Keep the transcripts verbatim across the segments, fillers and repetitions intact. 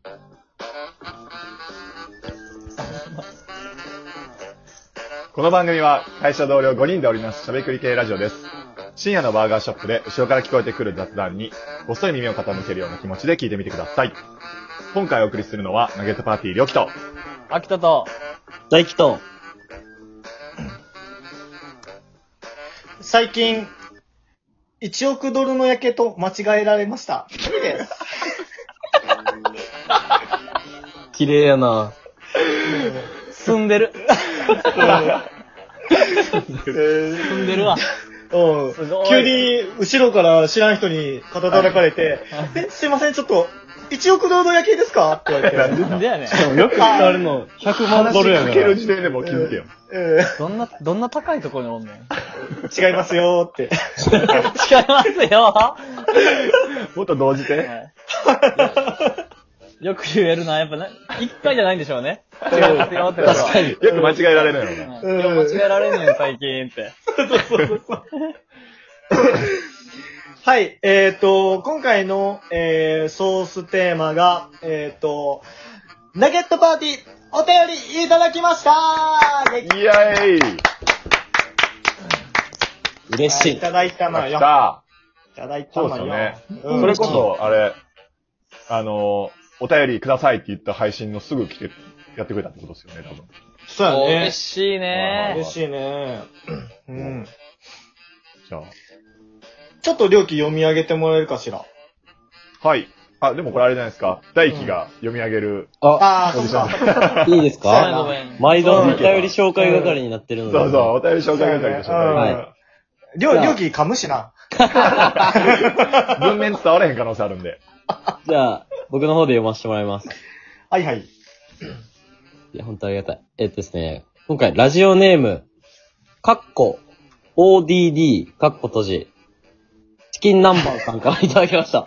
この番組は会社同僚ごにんで織りなすしゃべくり系ラジオです。深夜のバーガーショップで後ろから聞こえてくる雑談にこっそり耳を傾けるような気持ちで聞いてみてください。今回お送りするのはナゲットパーティーりょきと秋田と大輝と最近いちおくドルの焼けと間違えられました。君です。 綺麗やな。 住んでる。住んでるわ。 うん。急に後ろから知らん人に肩叩かれて、え、すいません、ちょっといちおくドルの焼けですかって言われて。 なんでやねん。 しかもよく使われるのひゃくまんドルやから。 話しかける時点でもう気づけよ。 えどんな、どんな高いところにおんねん。 ー、違いますよーって。 違いますよ。 もっと同時て。 よく言えるな、やっぱね。一回じゃないんでしょうね。違いますよってことは。 確かに。 よく間違えられるよな。 うん。今日間違えられんねん、最近って。 はい、えっ、ー、と、今回の、えー、ソーステーマが、えっ、ー、と、ナゲットパーティー、お便りいただきましたー。 イエーイ。 嬉しい。 いただいたのよ。いさただいたそうのよ。 ですよね。 うん、 それこそ、あれ、あの、お便りくださいって言った配信のすぐ来てやってくれたってことですよね、多分。 そうやね。 嬉しいね。 嬉しいね。うん。 じゃあ。 ちょっと料金読み上げてもらえるかしら。 はい。あ、でもこれあれじゃないですか。大輝が読み上げる。 あ、 あー、そっか。 いいですごめんか？ ごめん。 毎度お便り紹介係になってるので。 そうそう、お便り紹介係でしょ。 は料金噛むしな。 文面伝わらへん可能性あるんで。 じゃあ、僕の方で読ませてもらいます。 はいはい。 いや、本当ありがたい。えっとですね、今回、ラジオネーム、カッコ、オーディーディー、カッコ閉じ、チキン南蛮さんからいただきました。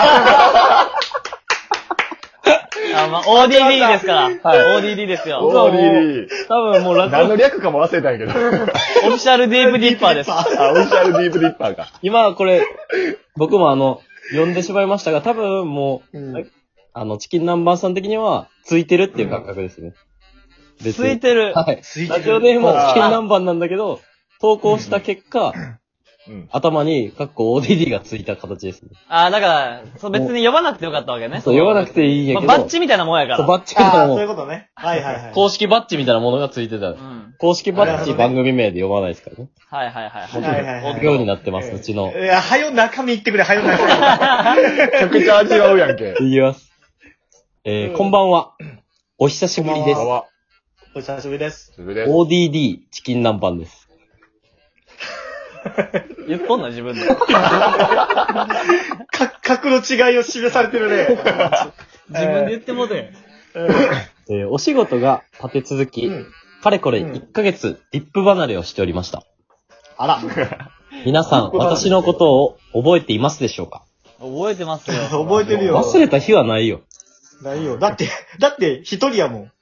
あ、まあ、オーディーディー ですから。はい。オーディーディー ですよ。 オーディーディー。 多分もうラジオ、 何の略かも忘れたんやけど。 オフィシャルディープディッパーです。 あ、オフィシャルディープディッパーか。 今これ、僕もあの、読んでしまいましたが、多分もう、 うん、 あの、チキン南蛮さん的には、ついてるっていう感覚ですね。 ついてる。 はい。 ついてる。 ラジオネームはチキン南蛮なんだけど、投稿した結果、 うん、 頭に、カッコ オーディーディー がついた形ですね。 あ、だから、そう別に呼ばなくてよかったわけね。 そう、呼ばなくていいんやけど。 まあ、バッジみたいなもんやから。 そう、バッジみたいなあー、 もん。 そういうことね。はいはいはい。 公式バッジみたいなものがついてた。 うん。 公式バッジ番組名で呼ばないですからね。 はいはいはいはい。 はいはいはい。 ようになってます、うちの。 いや、はよ中身言ってくれ、はよ中身。 めちゃくちゃ味わうやんけ。 言います。えー、こんばんは。お久しぶりです。 は。 お久しぶりです。 すぶです。 オーディーディー チキン南蛮です。 言っとんな、自分で。 か、格の違いを示されてるね。 自分で言ってもうて。 えー、お仕事が立て続き、 うん、 かれこれいっかげつ、リップ離れをしておりました。 あら。 皆さん、私のことを覚えていますでしょうか？ 覚えてますよ。 覚えてるよ。 忘れた日はないよ。 ないよ。だって、だって一人やもん。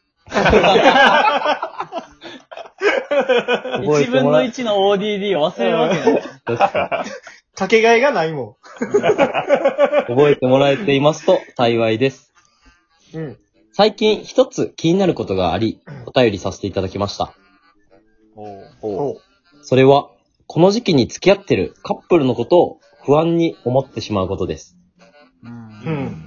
いちぶんのいちの オーディーディー を忘れるわけない。 かけがえがないも覚えてもらえていますと幸いです。 ん。うん。 最近一つ気になることがあり、お便りさせていただきました。 おう。 それは、この時期に付き合ってるカップルのことを不安に思ってしまうことです。 うん。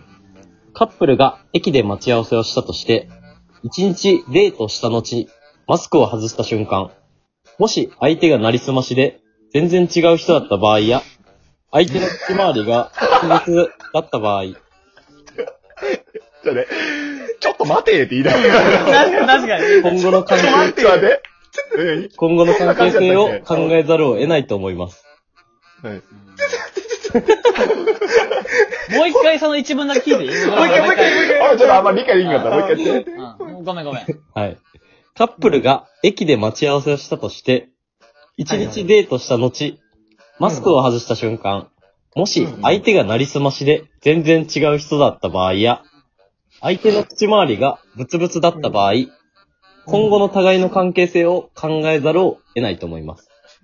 カップルが駅で待ち合わせをしたとして、一日デートした後、マスクを外した瞬間、もし相手がなりすましで全然違う人だった場合や、相手の口回りが特別だった場合、 じゃあね、ちょっと待てって言いたい。 確かに確かに。 今後の関ちょっと待って係、 待って。 今後の関係性を考えざるを得ないと思います。 はい。 もう一回その一文だけ聞いていい？もう一回もう一回もう一回あ、ちょっとあんまり理解できなかった。もう一回言って。 うん。ごめんごめん。 はい。カップルが駅で待ち合わせをしたとして、一日デートした後、マスクを外した瞬間、もし相手がなりすましで全然違う人だった場合や、相手の口周りがブツブツだった場合、今後の互いの関係性を考えざるを得ないと思います。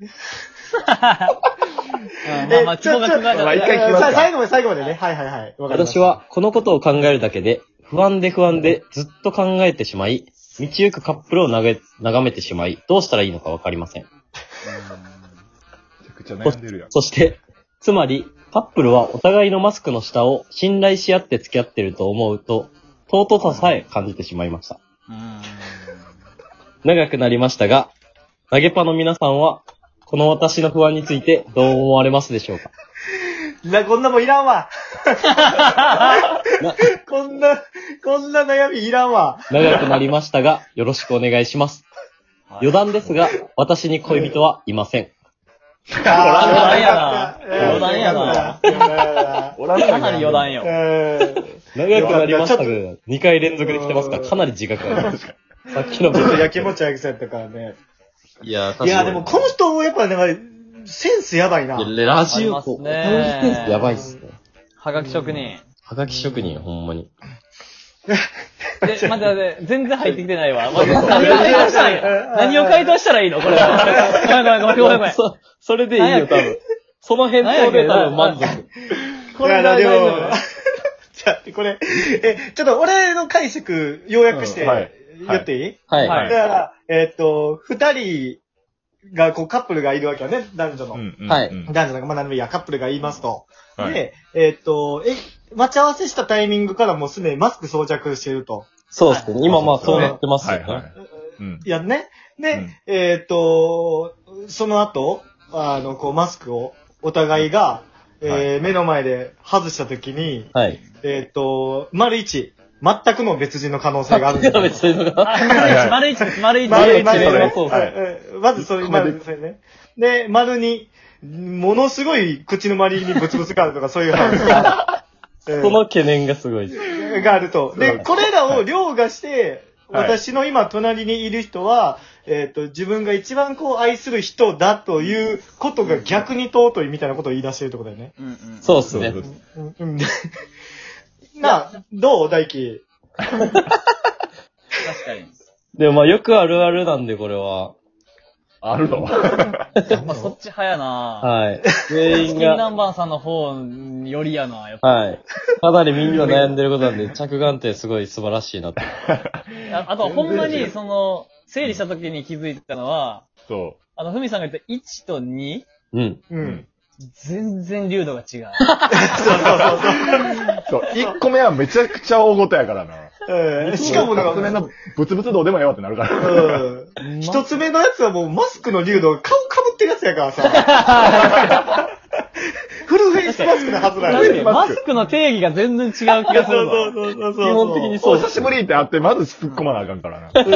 まあまあ、希望が考えたら。 まあ一回聞きますか最後まで最後までね。はいはいはい。わかりました私はこのことを考えるだけで不安で不安でずっと考えてしまい、道行くカップルをなげ眺めてしまい、どうしたらいいのかわかりません。 めちゃくちゃ悩んでるやん。 そして、つまり、カップルはお互いのマスクの下を信頼し合って付き合ってると思うと、尊ささえ感じてしまいました。 うん。 長くなりましたが、投げパの皆さんは、この私の不安についてどう思われますでしょうか？ な、こんなもんいらんわ。こんな、こんな悩みいらんわ。 長くなりましたが、よろしくお願いします。余談ですが、私に恋人はいません。 余談やな。余談やな。 おらんかなり余談よ。 長くなりましたが、にかい連続で来てますから、かなり自覚があります。さっきのちょっとやきもちあげそうやったからね。 いや、 いや、でもこの人、やっぱね、センスやばいな。 ラジオ、 ありますねセンスやばいっすね。 はがき職人。 はがき職人、ほんまに。 え、待って待って、全然入ってきてないわ。何を回答したらいいの？何を回答したらいいのこれは。ごめんごめんごめんごめんごめん。 そ、それでいいよ、多分。その返答で多分満足。 これ大丈夫。じゃあ、これ、え、ちょっと俺の解釈、要約して、言っていい？ はい。 はい。 だから、えっと、二人が、こう、カップルがいるわけよね、男女の。 はい。 男女の、まあ、何でもいいや、カップルが言いますと。 はい、 で、えっと、え、待ち合わせしたタイミングからもうすでにマスク装着してると。 そうですね。今まあそうなってますよね。 はいはい。うん。 いやね。で、 うん、 えっと、その後、あの、こう、マスクを、お互いが、えーはい、目の前で外したときに、 はい。 えっと、丸一、全くの別人の可能性があるんですよ。 別人の丸一です、丸一。 丸一丸一ね。 そうまずそれ、まずそれね。で、丸二、ものすごい口の周りにブツブツがあるとかそういう話が。 その懸念がすごいです。 があると。で、これらを凌駕して、はい、私の今隣にいる人は、えっと、自分が一番こう愛する人だということが逆に尊いみたいなことを言い出してるってことだよね。 うんうん、 そうですね。 うんうん、なあ、どう大輝。 確かに。 でもまあよくあるあるなんでこれは。 あるのまあそっち派やなはい。全員が。 チキンナンバーさんの方よりやなやっぱ。 はい。かなりみんな悩んでることなんで、着眼点すごい素晴らしいなと。 あ, あとはほんまに、その、整理した時に気づいたのは、 そう。 あの、ふみさんが言ったいちとに、 うん。 うん。 全然流度が違う。そうそうそう。そう。いっこめはめちゃくちゃ大事やからな。 えー、しかもね、 一つ目のブツブツどうでもええわってなるから。 うん。一つ目のやつはもうマスクの流度が顔かぶってるやつやからさ。フルフェイスマスクのはずだよ。 マスクの定義が全然違う気がするわ。 そうそうそうそう。 基本的にそう。 お久しぶりってあって、まず突っ込まなあかんからな。 うん。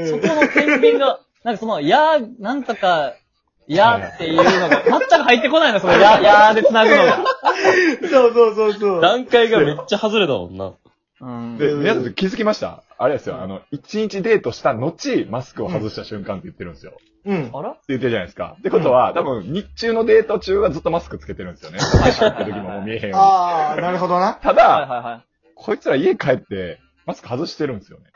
そこの天秤が、なんかその、やー、なんとか、やーっていうのが、全く入ってこないの、その、や、やーで繋ぐのが。 そうそうそうそう。 段階がめっちゃ外れだもんな。 うん。 で、皆さん気づきました？あれですよ、あの、一日デートした後、マスクを外した瞬間って言ってるんですよ。 うん。 あらって言ってるじゃないですか。ってことは、多分、日中のデート中はずっとマスクつけてるんですよね。話って時ももう見えへんように。 ああ、なるほどな。 たはいだ、 はいはい。 こいつら家帰って、マスク外してるんですよね。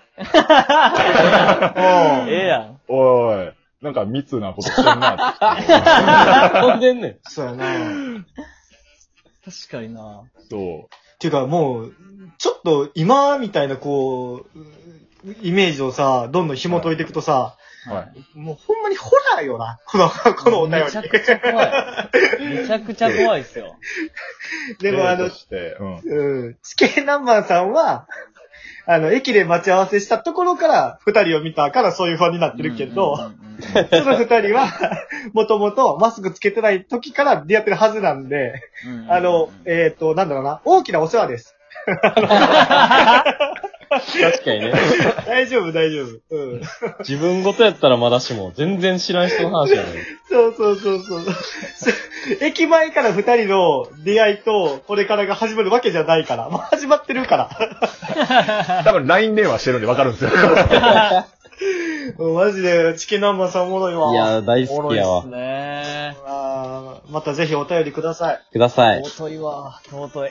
ええやん。 おい、なんか密なことしてんなって。 飛んでんねん。 そうやな。 確かにな。 そう。 っていうかもう、ちょっと今みたいなこう、イメージをさ、どんどん紐解いていくとさ、 はもうほんまにホラーよな。この、このお便り。 めちゃくちゃ怖い。めちゃくちゃ怖いっすよ。 い。 でもあのデート、して、うん。 うん、チケナンバーさんは、あの、駅で待ち合わせしたところから二人を見たからそういう不安になってるけど、 うんうんうんうん、 その二人は、もともとマスクつけてない時から出会ってるはずなんで、 うんうんうん、 あの、えっと、なんだろうな、大きなお世話です。 確かにね。 大丈夫、大丈夫。うん。 自分ごとやったらまだしも、全然知らん人の話やね。 そうそうそうそう。駅前から二人の出会いと、これからが始まるわけじゃないから。もう始まってるから。 多分 ライン 電話してるんでわかるんですよ。 マジで、チキンナンバーさんおもろいわ。 いや、大好きやわ。 おもろいっすね。 あまたぜひお便りください。 ください。 尊いわ。尊い。